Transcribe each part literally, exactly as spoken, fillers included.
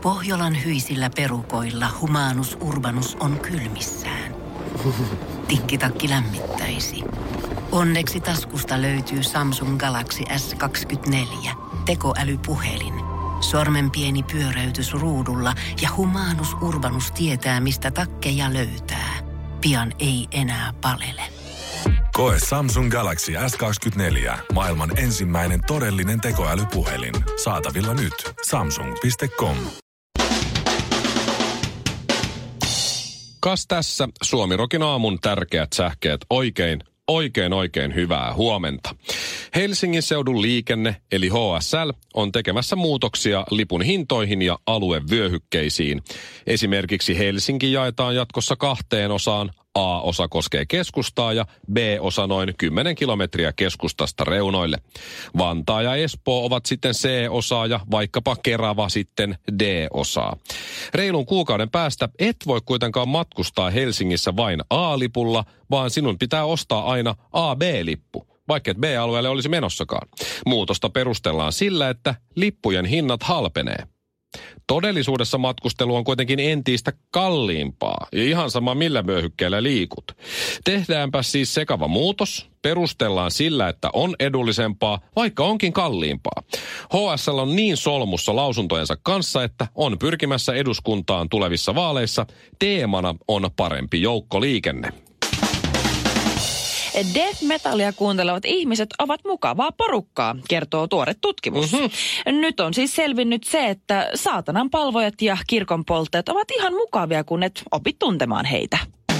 Pohjolan hyisillä perukoilla Humanus Urbanus on kylmissään. Tikkitakki lämmittäisi. Onneksi taskusta löytyy Samsung Galaxy S kaksikymmentäneljä, tekoälypuhelin. Sormen pieni pyöräytys ruudulla ja Humanus Urbanus tietää, mistä takkeja löytää. Pian ei enää palele. Koe Samsung Galaxy S kaksikymmentäneljä, maailman ensimmäinen todellinen tekoälypuhelin. Saatavilla nyt. samsung piste com. Kas tässä Suomi-rokin aamun tärkeät sähkeet oikein, oikein, oikein hyvää huomenta. Helsingin seudun liikenne eli H S L on tekemässä muutoksia lipun hintoihin ja aluevyöhykkeisiin. Esimerkiksi Helsinki jaetaan jatkossa kahteen osaan. A-osa koskee keskustaa ja B-osa noin kymmenen kilometriä keskustasta reunoille. Vantaa ja Espoo ovat sitten C-osaa ja vaikkapa Kerava sitten D-osaa. Reilun kuukauden päästä et voi kuitenkaan matkustaa Helsingissä vain A-lipulla, vaan sinun pitää ostaa aina A B-lippu, vaikka et B-alueelle olisi menossakaan. Muutosta perustellaan sillä, että lippujen hinnat halpenee. Todellisuudessa matkustelu on kuitenkin entistä kalliimpaa ja ihan sama millä vyöhykkeellä liikut. Tehdäänpä siis sekava muutos, perustellaan sillä, että on edullisempaa, vaikka onkin kalliimpaa. H S L on niin solmussa lausuntojensa kanssa, että on pyrkimässä eduskuntaan tulevissa vaaleissa. Teemana on parempi joukkoliikenne. Death metalia kuuntelevat ihmiset ovat mukavaa porukkaa, kertoo tuore tutkimus. Mm-hmm. Nyt on siis selvinnyt se, että saatanan palvojat ja kirkonpolttajat ovat ihan mukavia, kun et opit tuntemaan heitä.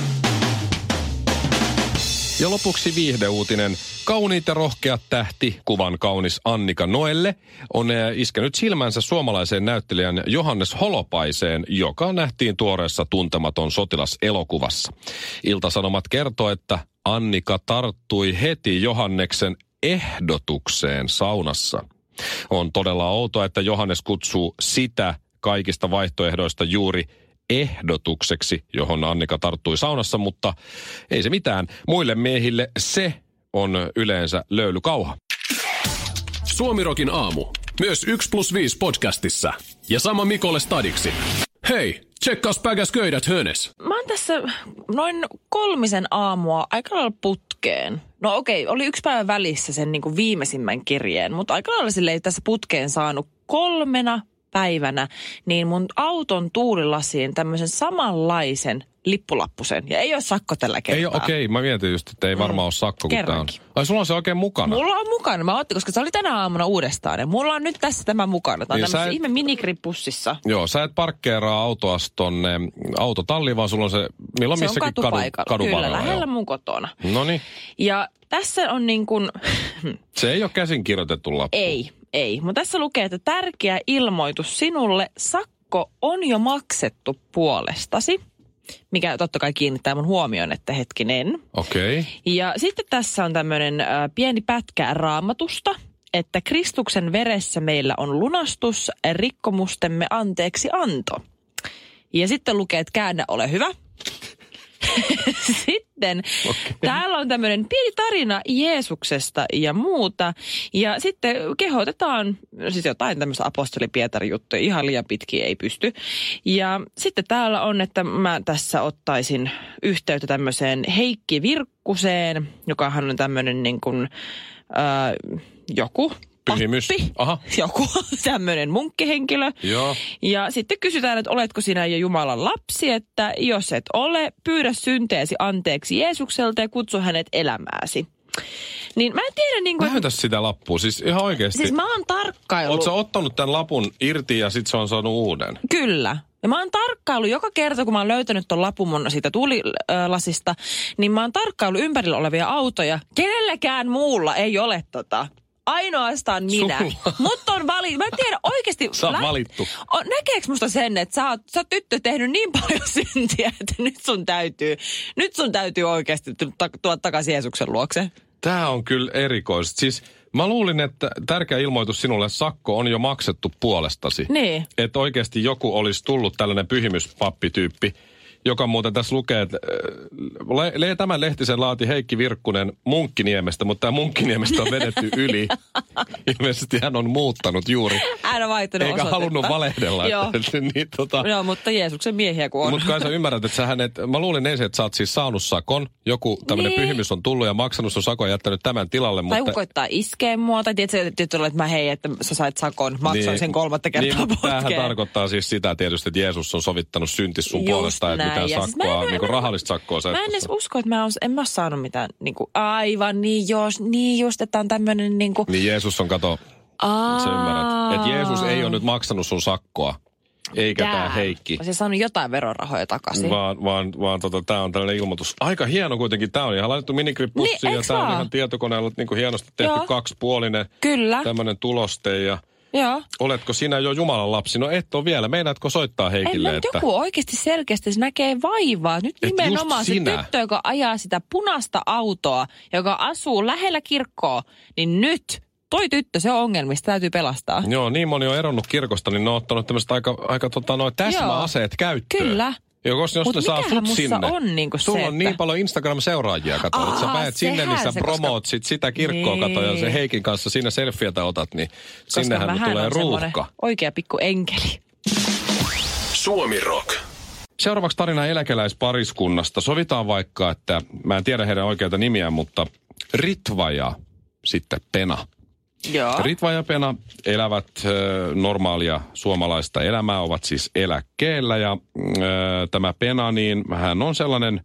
Ja lopuksi viihdeuutinen. Kauniit ja rohkeat tähti, kuvan kaunis Annika Noelle, on iskenyt silmänsä suomalaiseen näyttelijän Johannes Holopaiseen, joka nähtiin tuoreessa Tuntematon sotilas -elokuvassa. Ilta-Sanomat kertoo, että Annika tarttui heti Johanneksen ehdotukseen saunassa. On todella outoa, että Johannes kutsuu sitä kaikista vaihtoehdoista juuri ehdotukseksi, johon Annika tarttui saunassa, mutta ei se mitään. Muille miehille se on yleensä löylykauha. Suomi-rokin aamu. Myös yksi plus viisi podcastissa. Ja sama Mikolle stadiksi. Hei, tsekkaus päkäs köydät hönes. Mä oon tässä noin kolmisen aamua aika lailla putkeen. No okei, oli yksi päivä välissä sen niin kuin viimeisimmän kirjeen, mutta aika lailla silleen tässä putkeen saanut kolmena päivänä, niin mun auton tuulilasiin tämmöisen samanlaisen lippulappusen. Ja ei ole sakko tällä kertaa. Ei ole, okei. Okay. Mä mietin just, että ei varmaan mm. ole sakko, kun tää on. Ai, sulla on se oikein mukana? Mulla on mukana. Mä otin, koska se oli tänä aamuna uudestaan. Ja mulla on nyt tässä tämä mukana. Tämä on niin tämmöisessä et... ihme minikripussissa. Joo, sä et parkkeeraa autoas tonne autotalliin, vaan sulla on se, milloin se missäkin kadu, kadun Kyllä, varrella, lähellä joo. mun kotona. Noniin. Ja tässä on niin kuin... se ei ole käsin kirjoitettu lappu. Ei, ei. Mutta tässä lukee, että tärkeä ilmoitus sinulle. Sakko on jo maksettu puolestasi. Mikä totta kai kiinnittää mun huomioon, että hetkinen. Okei. Okay. Ja sitten tässä on tämmöinen äh, pieni pätkä Raamatusta, että Kristuksen veressä meillä on lunastus, rikkomustemme anteeksi anto. Ja sitten lukee, että käännä, ole hyvä. Sitten okay. Täällä on tämmöinen pieni tarina Jeesuksesta ja muuta. Ja sitten kehotetaan, siis jotain tämmöistä apostoli Pietarin juttuja, ihan liian pitkiä ei pysty. Ja sitten täällä on, että mä tässä ottaisin yhteyttä tämmöiseen Heikki Virkkuseen, jokahan on tämmöinen niin kuin äh, joku... Pyhimys. Pappi, Aha. joku tämmöinen munkkihenkilö. Joo. Ja sitten kysytään, että oletko sinä jo Jumalan lapsi, että jos et ole, pyydä synteesi anteeksi Jeesukselta ja kutsu hänet elämääsi. Niin mä en tiedä niin kuin... Näytä sitä lappua, siis ihan oikeasti. Siis mä oon tarkkailu... Ootko sä ottanut tämän lapun irti ja sit se on saanut uuden? Kyllä. Ja mä oon tarkkailu joka kerta, kun mä oon löytänyt ton lapun mun siitä tuulilasista, niin mä oon tarkkailu ympärillä olevia autoja. Kenelläkään muulla ei ole tota... Ainoastaan minä. Mutta on valittu. Mä en tiedä oikeasti. Sä oot valittu. O, näkeekö musta sen, että sä oot, sä oot tyttö tehnyt niin paljon syntiä, että nyt sun täytyy, nyt sun täytyy oikeasti tuoda takaisin Jeesuksen luokse? Tää on kyllä erikoista. Siis mä luulin, että tärkeä ilmoitus sinulle, sakko on jo maksettu puolestasi. Niin. Että oikeasti joku olisi tullut tällainen pyhimyspappityyppi joka muuten tässä lukee, että le, le, tämän lehtisen laati Heikki Virkkunen Munkkiniemestä, mutta tämä Munkkiniemestä on vedetty yli. Ilmeisesti hän on muuttanut juuri. Hän on vaihtanut eikä osoitetta. halunnut valehdella. Joo. niin, tota, no, mutta Jeesuksen miehiä kun on. Mutta kai sä ymmärrät, että sä hänet, mä luulin ensin, että sä oot siis saanut sakon. Joku tämmöinen niin. pyhimys on tullut ja maksanut sun sakon ja jättänyt tämän tilalle. Tai mutta... koittaa iskeä mua. Tai tiedätkö, että, että mä hei, että sä sait sakon. Maksoin niin, sen kolmatta kertaa niin, putkeen. Tämähän tarkoittaa siis sitä tietysti, että Jeesus on sovittanut syntis sun Just puolesta, että näin. mitään Ja siis sakkoa, mä en- niin kuin rahallista sakkoa. Mä en edes usko, että mä oon, en mä ole saanut mitään niin kuin, aivan niin jos, niin just, että on tämmöinen niin kuin... Niin Jeesus on, kato, Aa. sä ymmärrät. Että Jeesus ei ole nyt maksanut sun sakkoa, eikä Jää. tää Heikki. Mä siis saanut jotain verorahoja takaisin. Vaan, vaan, vaan tota, tää on tällainen ilmoitus. Aika hieno kuitenkin. Tää on ihan laitettu minigrippussiin Niin, ja eiks tää on vaan? ihan tietokoneella niin kuin hienosti tehty Joo. kaksipuolinen. Kyllä. Tämmönen tuloste ja... Joo. Oletko sinä jo Jumalan lapsi? No et ole vielä. Meinaatko soittaa En Heikille, mä, että... joku oikeasti selkeästi se näkee vaivaa. Nyt Et nimenomaan just se sinä. tyttö, joka ajaa sitä punaista autoa, joka asuu lähellä kirkkoa, niin nyt toi tyttö, se on ongelmista, täytyy pelastaa. Joo, niin moni on eronnut kirkosta, niin ne on ottanut tämmöiset aika, aika tota, noin täsmäaseet käyttöön. Kyllä. Ja jos, jos Mut ne saa mikähän sut musta sinne. on niinku Sulla se, on että- niin paljon Instagram-seuraajia, kato. Aa, Että sä pääset sinne, niin sehän sä se, promoot sit sitä kirkkoa, Niin. kato. Ja se Heikin kanssa siinä selfietä otat, niin Koska sinnehän mähän tulee on semmonen ruuhka. oikea pikku enkeli. Suomi Rock. Seuraavaksi tarina eläkeläispariskunnasta. Sovitaan vaikka, että mä en tiedä heidän oikeita nimiään, mutta Ritva ja sitten Pena. Joo. Ritva ja Pena elävät ö, normaalia suomalaista elämää, ovat siis eläkkeellä ja ö, tämä Pena, niin hän on sellainen,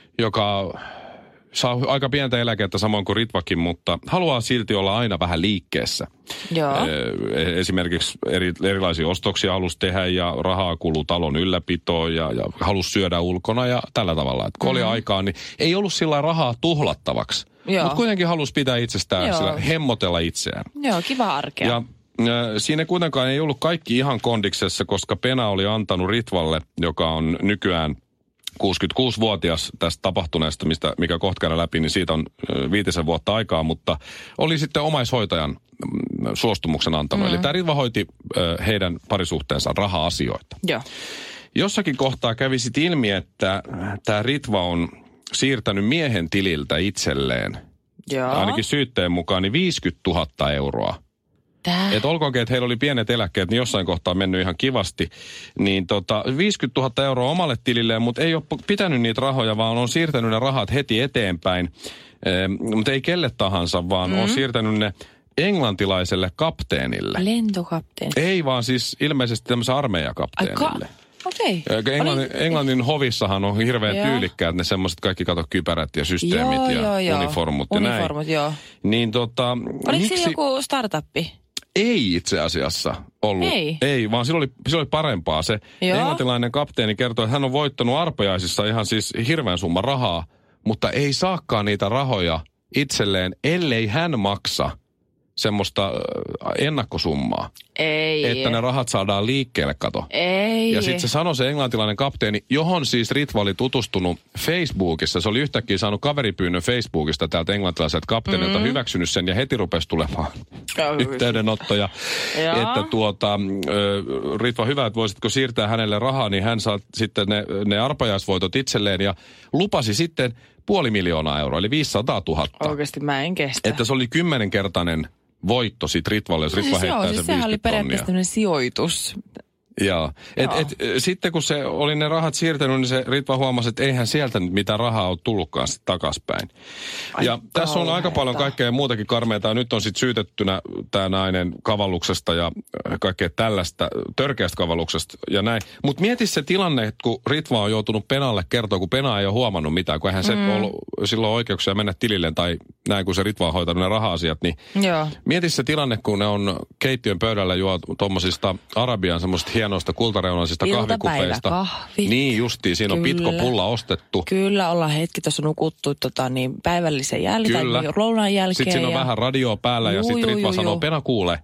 joka saa aika pientä eläkettä samoin kuin Ritvakin, mutta haluaa silti olla aina vähän liikkeessä. Joo. Ö, Esimerkiksi eri, erilaisia ostoksia halusi tehdä ja rahaa kuluu talon ylläpitoon ja, ja halusi syödä ulkona ja tällä tavalla. Et kun oli aikaa, niin ei ollut sillä rahaa tuhlattavaksi. Joo. Mutta kuitenkin halusi pitää itsestään, Joo. sillä hemmotella itseään. Joo, kiva arkea. Ja äh, siinä kuitenkaan ei ollut kaikki ihan kondiksessa, koska Pena oli antanut Ritvalle, joka on nykyään kuusikymmentäkuusivuotias tästä tapahtuneesta, mistä, mikä kohta käydään läpi, niin siitä on äh, viitisen vuotta aikaa, mutta oli sitten omaishoitajan mm, suostumuksen antanut. Mm. Eli tämä Ritva hoiti äh, heidän parisuhteensa raha-asioita. Joo. Jossakin kohtaa kävi sitten ilmi, että tämä Ritva on siirtänyt miehen tililtä itselleen, Joo. ainakin syytteen mukaan, niin viisikymmentätuhatta euroa. Tää. Että olkoonkin, että heillä oli pienet eläkkeet, niin jossain kohtaa mennyt ihan kivasti. Niin tota, viisikymmentätuhatta euroa omalle tililleen, mutta ei ole pitänyt niitä rahoja, vaan on siirtänyt ne rahat heti eteenpäin. Eh, mutta ei kelle tahansa, vaan mm. on siirtänyt ne englantilaiselle kapteenille. Lentokapteeni. Ei vaan siis ilmeisesti tämmöisen armeijakapteenille. Ai ka- Okei. Okay. Englannin, Englannin hovissahan on hirveän Joo. tyylikkäät ne semmoiset kaikki kato kypärät ja systeemit Joo, ja joo, joo. uniformut ja näin. Uniformut, joo. Niin tota, Oliko miksi... siinä joku startuppi? Ei itse asiassa ollut. Ei? Ei, vaan sillä oli, sillä oli parempaa. Se Joo. englantilainen kapteeni kertoi, että hän on voittanut arpajaisissa ihan siis hirveän summa rahaa, mutta ei saakaan niitä rahoja itselleen, ellei hän maksa semmoista äh, ennakkosummaa. Ei. Että ne rahat saadaan liikkeelle, kato. Ei. Ja sitten se sanoi se englantilainen kapteeni, johon siis Ritva oli tutustunut Facebookissa. Se oli yhtäkkiä saanut kaveripyynnön Facebookista täältä englantilaiselta kapteenilta, mm. hyväksynyt sen ja heti rupesi tulemaan yhteydenottoja. Että tuota, Ritva, hyvä, että voisitko siirtää hänelle rahaa, niin hän saa sitten ne, ne arpajaisvoitot itselleen ja lupasi sitten puoli miljoonaa euroa, eli viisisataatuhatta. Oikeasti mä en kestä. Että se oli kymmenenkertainen voitto sit Ritvalle, jos Ritva siis heittää joo, sen siis sehän oli viisikymmentä periaatteessa tonnia. tämmöinen sijoitus. Joo. Et, et, sitten kun se oli ne rahat siirtänyt, niin se Ritva huomasi, että eihän sieltä nyt mitään rahaa ole tullutkaan sitten takaspäin. Ai ja tässä on aika paljon kaikkea muutakin karmeita. Nyt on sitten syytettynä tämä nainen kavalluksesta ja kaikkea tällaista, törkeästä kavalluksesta ja näin. Mutta mieti se tilanne, että kun Ritva on joutunut Penalle kertoa, kun Pena ei ole huomannut mitään, kun eihän se mm. ollut silloin oikeuksia mennä tililleen tai näin, kun se Ritva on hoitanut ne raha-asiat, niin Joo. mieti se tilanne, kun ne on keittiön pöydällä juo tuommoisista Arabian semmoista hienoista kultareunaisista kahvikupeista. Iltapäiväkahvit. Niin justiin, siinä on Kyllä. pitkopulla ostettu. Kyllä, ollaan hetki tuossa nukuttu tota, niin päivällisen jälkeen Kyllä. tai lounaan jälkeen. Sitten siinä on ja... vähän radioa päällä ja Juu, sitten juu, Ritva juu, sanoo, juu. Pena kuule,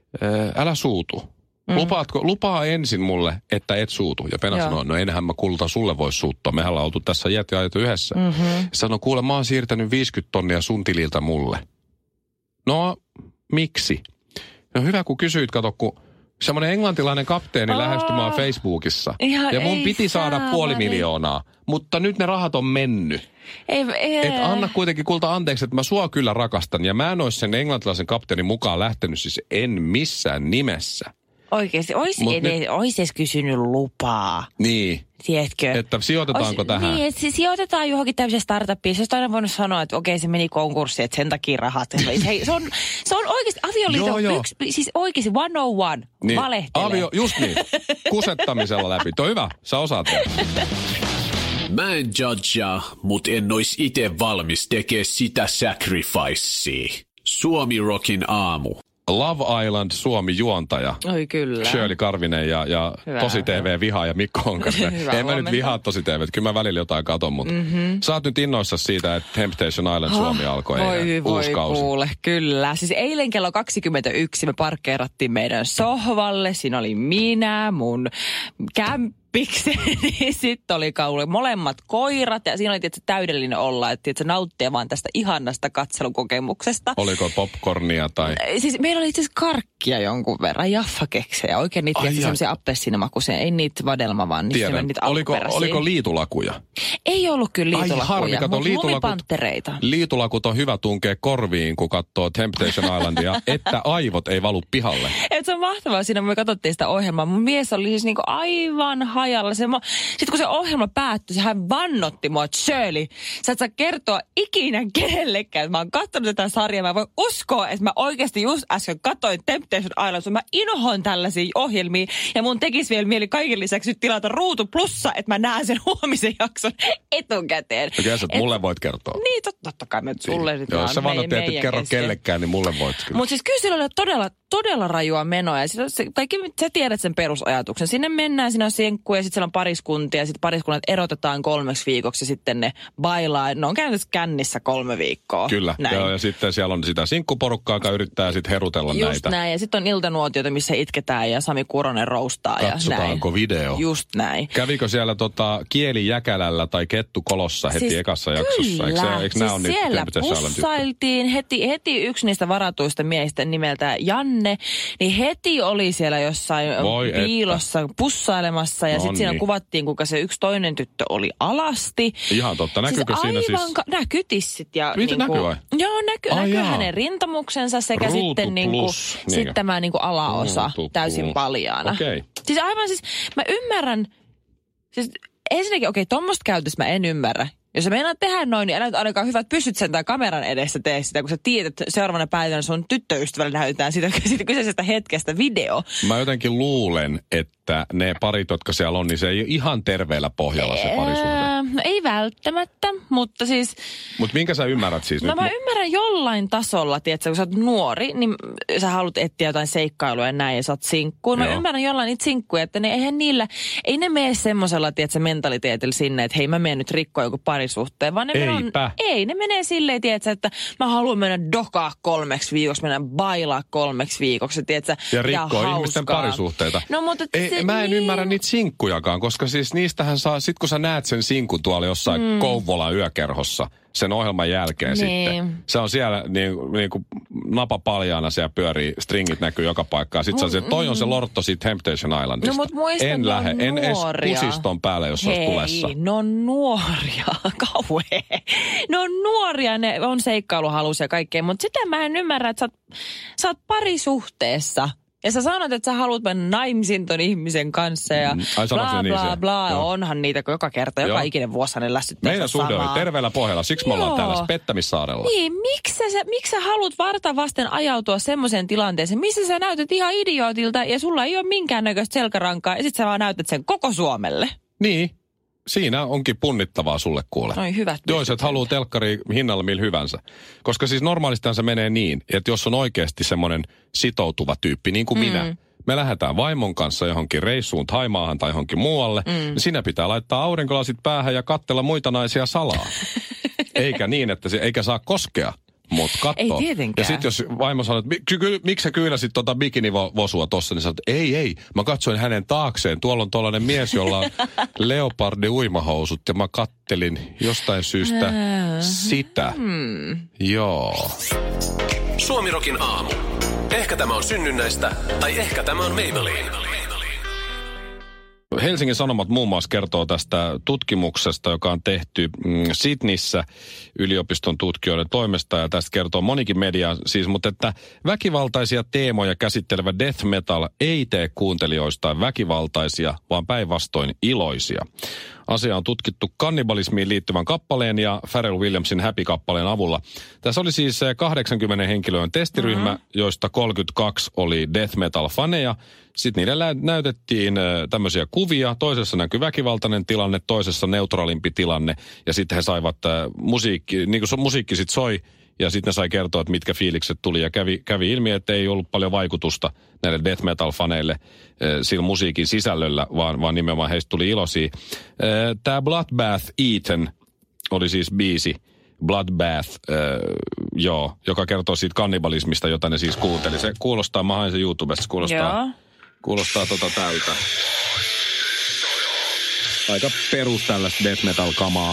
ää, älä suutu. Mm. Lupaatko, lupaa ensin mulle, että et suutu. Ja Pena Joo. sanoo, no enhän mä kulta sulle voi suuttua. Mehän ollaan oltu tässä iät ja ajat yhdessä. Mm-hmm. Sanoo, kuule mä oon siirtänyt viisikymmentä tonnia sun tililtä mulle. No, miksi? No hyvä kun kysyit, kato, kun semmoinen englantilainen kapteeni oh. lähestymään Facebookissa. Ihan ja mun piti saada saa, puoli mani. miljoonaa, mutta nyt ne rahat on mennyt. Ei, ei. Et anna kuitenkin kulta anteeksi, että mä sua kyllä rakastan. Ja mä en olisi sen englantilaisen kapteenin mukaan lähtenyt, siis en missään nimessä. Oikeasti, olisi edes, nyt... edes kysynyt lupaa. Niin. Tiedätkö? Että sijoitetaanko Ois, tähän? Niin, että sijoitetaan johonkin tämmöiseen startupiin. Se olisi aina voinut sanoa, että okei, se meni konkurssiin, että sen takia rahat. Hei, se on, se on oikeasti avioliitto yksi, siis oikeasti one oh one, niin, valehtelee. Avio, just niin, kusettamisella läpi. Toi hyvä, sä osaat tehdä. Mä en judgea, mut en ois ite valmis tekee sitä sacrificea. Suomi Rockin aamu. Love Island Suomi-juontaja. Oi kyllä. Shirley Karvinen ja, ja Tosi T V-vihaaja Mikko Honkanen. En mä huomenta. Nyt vihaa Tosi T V, kyllä mä välillä jotain katon, mutta mm-hmm. sä oot nyt innoissasi siitä, että Temptation Island Suomi oh, alkoi voi, eilen, voi, uusi kausi. Kuule, kyllä. Siis eilen kello kaksikymmentäyksi me parkkeerattiin meidän sohvalle. Siinä oli minä, mun kämppä. Pikseni, sitten oli kauli molemmat koirat ja siinä oli tietysti täydellinen olla, että tietysti nauttia vaan tästä ihanasta katselukokemuksesta. Oliko popcornia tai? Siis meillä oli itse asiassa karkkia jonkun verran, jaffakeksejä, oikein niitä semmoisia appelsiinimakuisia, ei niitä vadelma vaan niitä, niitä oliko, oliko liitulakuja? Ei ollut kyllä liitulakuja, harmi, kato, mutta liitulakut, lumipanttereita. Liitulakut on hyvä tunkea korviin, kun katsoo Temptation Islandia, että aivot ei valu pihalle. Et se on mahtavaa siinä, kun me katsottiin sitä ohjelmaa. Mun mies oli siis niinku aivan hajalla. Sitten kun se ohjelma päättyi, hän vannotti mua, että Shirley, sä et saa kertoa ikinä kenellekään, että mä oon katsonut tätä sarjaa. Mä voin uskoa, että mä oikeasti just äsken katsoin Temptation Island, mä inhoan tällaisia ohjelmia. Ja mun tekisi vielä mieli kaiken lisäksi nyt tilata Ruutu Plussa, että mä näen sen huomisen jakson etukäteen. Okei, sä mulle voit kertoa. Niin, totta, totta kai me sulle nyt vaan. Jos sä vannotti, että et kerro kellekään, niin mulle voit. Mutta siis kyllä sillä oli todella, todella rajua menoa. Ja sit, se, tai sä tiedät sen perusajatuksen. Sinne mennään, siinä on sinkku ja sitten siellä on pariskuntia. Ja sitten pariskunnat erotetaan kolmeksi viikoksi ja sitten ne bailaa. Ne on käynyt kännissä kolme viikkoa. Kyllä. Ja, ja sitten siellä on sitä sinkkuporukkaa, joka yrittää sitten herutella just näitä. Just näin. Ja sitten on iltanuotioita, missä itketään ja Sami Kuronen roustaa. Katsotaanko ja näin. video? Just näin. Kävikö siellä tota kieli jäkälällä tai kettu kolossa heti siis ekassa jaksossa? Eikö, se, eikö siis siis siellä pussailtiin heti, heti yksi niistä varatuista miehistä nimeltä Janne, niin heti oli siellä jossain Voi piilossa että. pussailemassa ja no sitten siinä niin. kuvattiin, kuinka se yksi toinen tyttö oli alasti. Ihan totta, näkyykö siis siinä siis? Ka- näkyy tissit. Ja Mitä niinku, näkyy vai? Joo, näkyy, näkyy hänen rintamuksensa sekä Ruutu sitten niinku, plus, sit tämä niinku alaosa Ruutu täysin plus. paljaana. Okay. Siis aivan siis, mä ymmärrän, siis ensinnäkin okei, okay, tommoista käytöstä mä en ymmärrä. Jos sä meinaat tehdä noin, niin älä nyt ainakaan hyvät pystyt sen tai kameran edessä tee sitä, kun sä tiedät, että seuraavana päivänä sun tyttöystävälle näytetään sitä, siitä kyseisestä hetkestä video. Mä jotenkin luulen, että ne parit, jotka siellä on, niin se ei ole ihan terveellä pohjalla se parisuhde. No ei välttämättä, mutta siis... Mutta minkä sä ymmärrät siis no nyt? mä ymmärrän jollain tasolla, tiedätkö, kun sä oot nuori, niin sä haluat etsiä jotain seikkailuja ja näin, ja sä oot sinkkuun. Mä ymmärrän jollain niitä sinkkuja, että ne, eihän niillä, ei ne mene semmoisella, tiedätkö, mentaliteetillä sinne, että hei mä menen nyt rikkoa joku parisuhteen, vaan ne on, ei, ne menee silleen, tiedätkö, että mä haluan mennä dokaa kolmeksi viikoksi, mennä bailaa kolmeksi viikoksi, tiedätkö, ja rikkoo ihmisten parisuhteita. No, mutta ei, se, mä en niin... ymmärrä niitä sinkkujakaan, koska siis niistähän saa, sit kun sä näet sen sinkun tuolla jossain mm. Kouvolan yökerhossa sen ohjelman jälkeen niin. sitten. Se on siellä niin, niin kuin napa paljaana, siellä pyörii, stringit näkyy joka paikkaan. Sitten mm, se on se, toi on se lortto siitä Temptation Islandista. No mut muista, en lähde, en edes pusiston päälle, jos Hei, olisi tulessa. no on nuoria, kauhea. No on nuoria, ne on seikkailuhaluisia ja kaikkea, mutta sitä mä en ymmärrä, että sä oot, sä oot parisuhteessa. Ja sä sanot, että sä haluat mennä naimisiin ton ihmisen kanssa ja mm. Ai, bla bla bla. bla. Onhan niitä joka kerta, joka Joo. ikinen vuosi ne lässyttää meidän suhde oli terveellä pohjalla, siksi me Joo. ollaan täällä Pettämissaarella. Niin, miksi sä, miksi sä haluat varta vasten ajautua semmoiseen tilanteeseen, missä sä näytät ihan idiootilta ja sulla ei ole minkäännäköistä selkärankaa ja sit sä vaan näytät sen koko Suomelle. Niin. Siinä onkin punnittavaa sulle kuule. Oi hyvät. Jos et halua telkkari hinnalla millä hyvänsä. Koska siis normaalistihan se menee niin, että jos on oikeasti semmoinen sitoutuva tyyppi, niin kuin mm. minä. Me lähdetään vaimon kanssa johonkin reissuun Thaimaahan tai johonkin muualle. Mm. Niin sinä pitää laittaa aurinkolasit päähän ja katsella muita naisia salaa. Eikä niin, että se eikä saa koskea. Mut kattoo. Ei tietenkään. Ja sit jos vaimo sanoo, että ky- ky- miksi sä kyynäsit tota bikinivosua tossa, niin sanoo, että ei, ei. Mä katsoin hänen taakseen. Tuolla on tollainen mies, jolla on leopardi uimahousut ja mä kattelin jostain syystä sitä. Hmm. Joo. Suomi Rockin aamu. Ehkä tämä on synnynnäistä, tai ehkä tämä on Maybelline. Helsingin Sanomat muun muassa kertoo tästä tutkimuksesta, joka on tehty mm, Sydneyssä yliopiston tutkijoiden toimesta, ja tästä kertoo monikin media siis, mutta että väkivaltaisia teemoja käsittelevä death metal ei tee kuuntelijoistaan väkivaltaisia, vaan päinvastoin iloisia. Asia on tutkittu kannibalismiin liittyvän kappaleen ja Pharrell Williamsin Happy-kappaleen avulla. Tässä oli siis kahdeksankymmentä henkilöön testiryhmä, mm-hmm. joista kolmekymmentäkaksi oli death metal-faneja. Sitten niille näytettiin tämmöisiä kuvia. Toisessa näkyi väkivaltainen tilanne, toisessa neutraalimpi tilanne. Ja sitten he saivat musiikki, niin kuin musiikki sitten soi, ja sitten ne sai kertoa, että mitkä fiilikset tuli. Ja kävi, kävi ilmi, että ei ollut paljon vaikutusta näille death metal-faneille sillä musiikin sisällöllä, vaan, vaan nimenomaan heistä tuli iloisia. Tämä Bloodbath Eaten oli siis biisi. Bloodbath, äh, joo, joka kertoo siitä kannibalismista, jota ne siis kuunteli. Se kuulostaa, mä hain sen YouTubesta, se kuulostaa, kuulostaa tota tältä. Aika perus tällaista death metal-kamaa.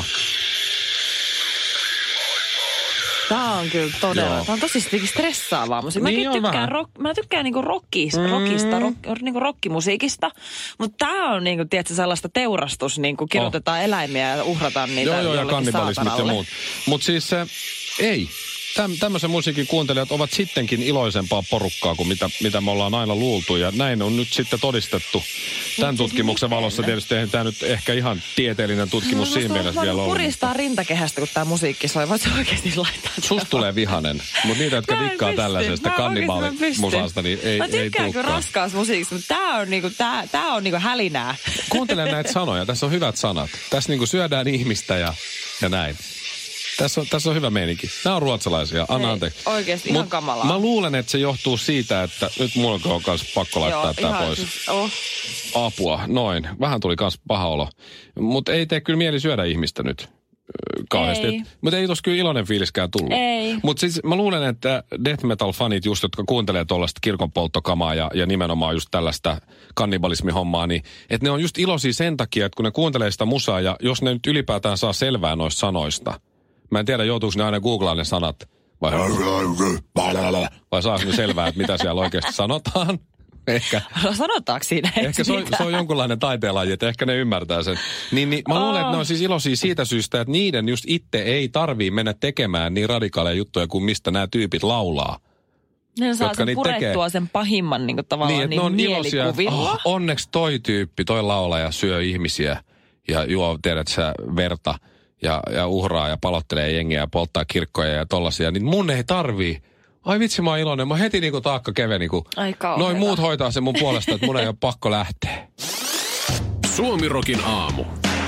Tää on kyllä todella, Joo. tää on tosi stressaavaa musiikkia. Niin Mäkin tykkään, rock, mä tykkään niinku rockis, mm. rockista, rock, niinku rockimusiikista, mutta tää on niinku, tiedätkö, sellaista teurastus, niinku kirjoitetaan oh. eläimiä ja uhrataan niitä Joo, joo, ja kannibalismit saatanalle. Ja muut. Mutta siis se, ei. Täm, tämmöisen musiikin kuuntelijat ovat sittenkin iloisempaa porukkaa kuin mitä, mitä me ollaan aina luultu. Ja näin on nyt sitten todistettu. Tämän tutkimuksen valossa tietysti eihän tämä nyt ehkä ihan tieteellinen tutkimus no, siinä mielessä vielä ollut. Puristaa rintakehästä, kun tämä musiikki soi. Voit sä oikeasti laittaa? Susta tulee vihanen. Mutta niitä, jotka dikkaa tällaisesta kannibaalimusasta, niin ei, ei tulekaan. Mä tykkään raskaassa musiikissa, mutta tämä on, niinku, tää, tää on niinku hälinää. Kuuntele näitä sanoja. Tässä on hyvät sanat. Tässä niinku syödään ihmistä ja, ja näin. Tässä on, tässä on hyvä meininki. Nämä on ruotsalaisia. Anna anteeksi. Oikeasti ihan kamalaa. Mä luulen, että se johtuu siitä, että nyt mulla on myös pakko laittaa tämä pois. Siis, oh. Apua, noin. Vähän tuli myös paha olo. Mutta ei tee kyllä mieli syödä ihmistä nyt kauheasti. Mutta ei tossa kyllä iloinen fiiliskään tullut. Ei. Mutta siis mä luulen, että death metal-fanit just, jotka kuuntelee tuollaista kirkonpolttokamaa ja, ja nimenomaan just tällaista kannibalismihommaa, niin että ne on just iloisia sen takia, että kun ne kuuntelee sitä musaa ja jos ne nyt ylipäätään saa selvää noista sanoista. Mä en tiedä, joutuuko ne aina googlaamaan ne sanat, vai, vai saako ne selvää, että mitä siellä oikeasti sanotaan. Ehkä. No sanotaanko siinä? Ehkä se on, se on jonkunlainen taiteenlaji, että ehkä ne ymmärtää sen. Niin, niin mä luulen, että ne on siis iloisia siitä syystä, että niiden just itse ei tarvii mennä tekemään niin radikaaleja juttuja kuin mistä nämä tyypit laulaa. Ne saa sen purettua tekee. Sen pahimman niin kuin tavallaan niin, niin on mielikuvilla. Oh, onneksi toi tyyppi, toi laulaja syö ihmisiä ja juo, tiedät sä, verta. Ja, ja uhraa ja palottelee jengiä ja polttaa kirkkoja ja tollasia, niin mun ei tarvii. Ai vitsi, mä oon iloinen. Mä heti niinku taakka keveni, kun noin muut hoitaa sen mun puolesta, että mun ei ole pakko lähteä. Suomirokin aamu.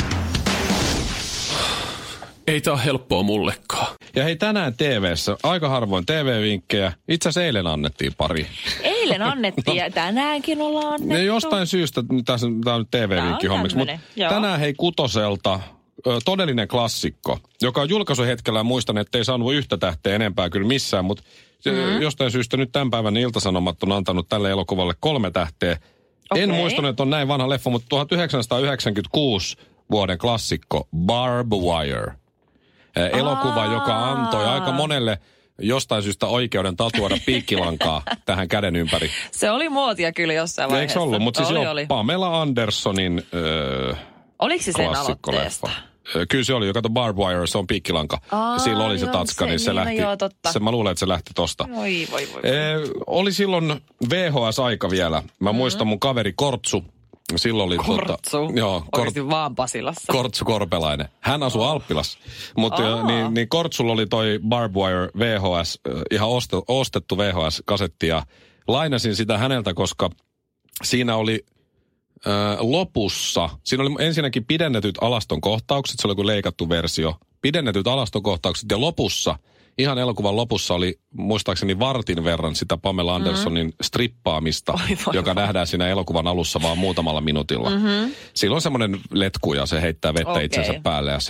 Ei tää ole helppoa mullekaan. Ja hei, tänään T V:ssä aika harvoin T V-vinkkejä. Itse asiassa eilen annettiin pari. Eilen annettiin ja tänäänkin ollaan annettu. Ne jostain syystä, tässä on nyt T V-vinkki hommiksi, mutta tänään hei Kutoselta todellinen klassikko, joka on julkaisuhetkellä, muistan, että ei saanut yhtä tähteä enempää kyllä missään, mutta mm-hmm. jostain syystä nyt tämän päivän Ilta-Sanomat on antanut tälle elokuvalle kolme tähteä. Okay. En muistanut, että on näin vanha leffa, mutta tuhatyhdeksänsataayhdeksänkymmentäkuusi vuoden klassikko Barbed Wire. Elokuva, Aa. joka antoi aika monelle jostain syystä oikeuden tatuoida piikkilankaa tähän käden ympäri. Se oli muotia kyllä jossain vaiheessa. Eikö ollut? Mutta siis oli, jo oli. Pamela Andersonin öö, oliko se sen aloitteesta? Kyllä se oli, joka on Barbed Wire, se on piikkilanka. Aa, ja silloin oli se tatska, niin se lähti. Joo, totta. Se, mä luulen, että se lähti tosta. Oi, voi, voi. E, oli silloin V H S-aika vielä. Mä mm-hmm. muistan mun kaveri Kortsu. Silloin oli Kortsu? Tota, joo, Oikeasti kort, vaan Pasilassa. Kortsu Korpelainen. Hän asui oh. Alppilassa. Mutta niin, niin Kortsulla oli toi Barbed Wire V H S, ihan ostettu, ostettu V H S-kasetti. Ja lainasin sitä häneltä, koska siinä oli Ö, lopussa, siinä oli ensinnäkin pidennetyt alaston kohtaukset, se oli kuin leikattu versio, pidennetyt alaston kohtaukset ja lopussa, ihan elokuvan lopussa oli muistaakseni vartin verran sitä Pamela Andersonin mm-hmm. strippaamista, voi, voi, joka voi. nähdään siinä elokuvan alussa vaan muutamalla minuutilla. Mm-hmm. Silloin semmoinen letku ja se heittää vettä okay. itsensä päälle ja se on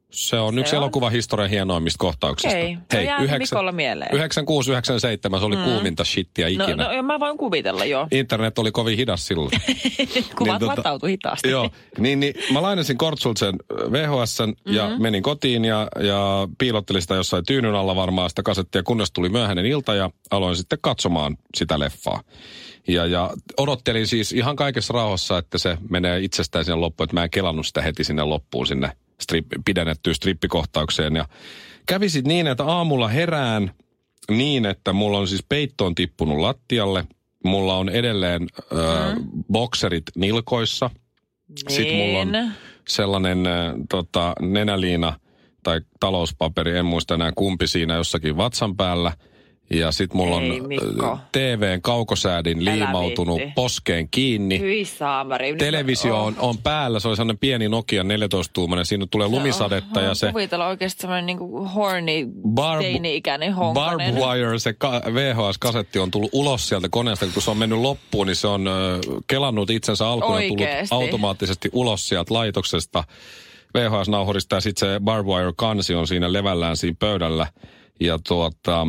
Se on Se yksi on. elokuvahistorian hienoimmista kohtauksista. Okei, se on jäänyt Mikolla mieleen. yhdeksänkymmentäkuusi yhdeksänkymmentäseitsemän se oli mm. kuuminta shittiä ikinä. No, no mä voin kuvitella, joo. Internet oli kovin hidas silloin. Kuvat niin, latautui hitaasti. Joo, niin, niin mä lainasin Kortsulta sen V H S:n mm-hmm. ja menin kotiin ja, ja piilottelin sitä jossain tyynyn alla varmaan sitä kasettia, kunnes tuli myöhäinen ilta ja aloin sitten katsomaan sitä leffaa. Ja, ja odottelin siis ihan kaikessa rauhassa, että se menee itsestään sinne loppuun, että mä en kelannut sitä heti sinne loppuun sinne strip, pidennettyyn strippikohtaukseen. Ja kävi sit niin, että aamulla herään niin, että mulla on siis peitto on tippunut lattialle. Mulla on edelleen mm. ö, bokserit nilkoissa. Niin. Sitten mulla on sellainen ö, tota, nenäliina tai talouspaperi, en muista enää kumpi siinä jossakin vatsan päällä. Ja sit mulla Ei, on Mikko. T V:n kaukosäädin liimautunut poskeen kiinni. Hyi saamari. Televisio on, on päällä, se oli sellainen pieni Nokia neljätoista-tuumainen, siinä tulee lumisadetta. Ja se kuvitella oikeasti sellainen niinku horny, barb, teini-ikäinen honkonen. Barbwire, se ka- V H S-kasetti on tullut ulos sieltä koneesta, kun se on mennyt loppuun, niin se on ö, kelannut itsensä alkuun ja tullut automaattisesti ulos sieltä laitoksesta V H S-nauhurista. Ja sitten se Barbwire-kansi on siinä levällään siinä pöydällä. Ja tuota,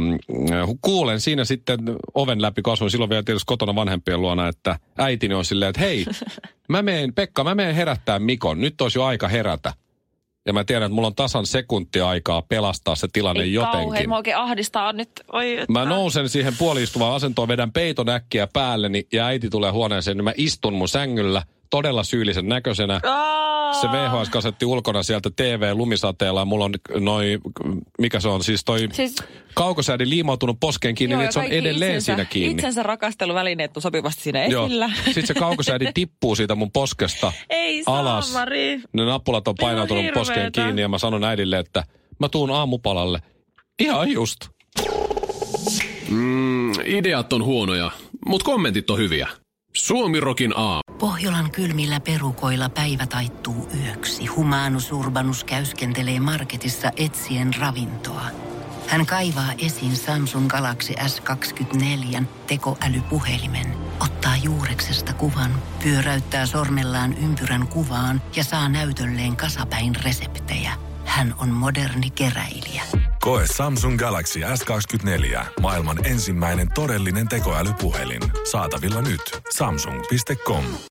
kuulen siinä sitten oven läpi, kun asuin silloin vielä tietysti kotona vanhempien luona, että äitini on silleen, että hei, mä meen, Pekka, mä meen herättää Mikon, nyt olisi jo aika herätä. Ja mä tiedän, että mulla on tasan sekuntia aikaa pelastaa se tilanne Ei jotenkin. Kauhean, mä oikein ahdistaa nyt. Oi, että... Mä nousen siihen puoliistuvaan asentoon, vedän peiton äkkiä päälleni ja äiti tulee huoneeseen, niin mä istun mun sängyllä todella syyllisen näköisenä. Aa! Se V H S-kasetti ulkona sieltä T V-lumisateella. Mulla on noi, mikä se on, siis toi siis... kaukosäädin liimautunut poskeen kiinni, Joo, niin että se on edelleen itsensä, siinä kiinni. Itsensä rakasteluvälineet on sopivasti siinä esillä. Joo. Sitten se kaukosäädin tippuu siitä mun poskesta Ei, alas. Saamari. Ne nappulat on painautunut mun poskeen kiinni ja mä sanon äidille, että mä tuun aamupalalle. Ihan just. Mm, ideat on huonoja, mutta kommentit on hyviä. Suomirokin aamu. Pohjolan kylmillä perukoilla päivä taittuu yöksi. Humanus Urbanus käyskentelee marketissa etsien ravintoa. Hän kaivaa esiin Samsung Galaxy S kaksikymmentäneljä tekoälypuhelimen, ottaa juureksesta kuvan, pyöräyttää sormellaan ympyrän kuvaan ja saa näytölleen kasapäin reseptejä. Hän on moderni keräilijä. Koe Samsung Galaxy S kaksikymmentäneljä. Maailman ensimmäinen todellinen tekoälypuhelin. Saatavilla nyt. Samsung piste com.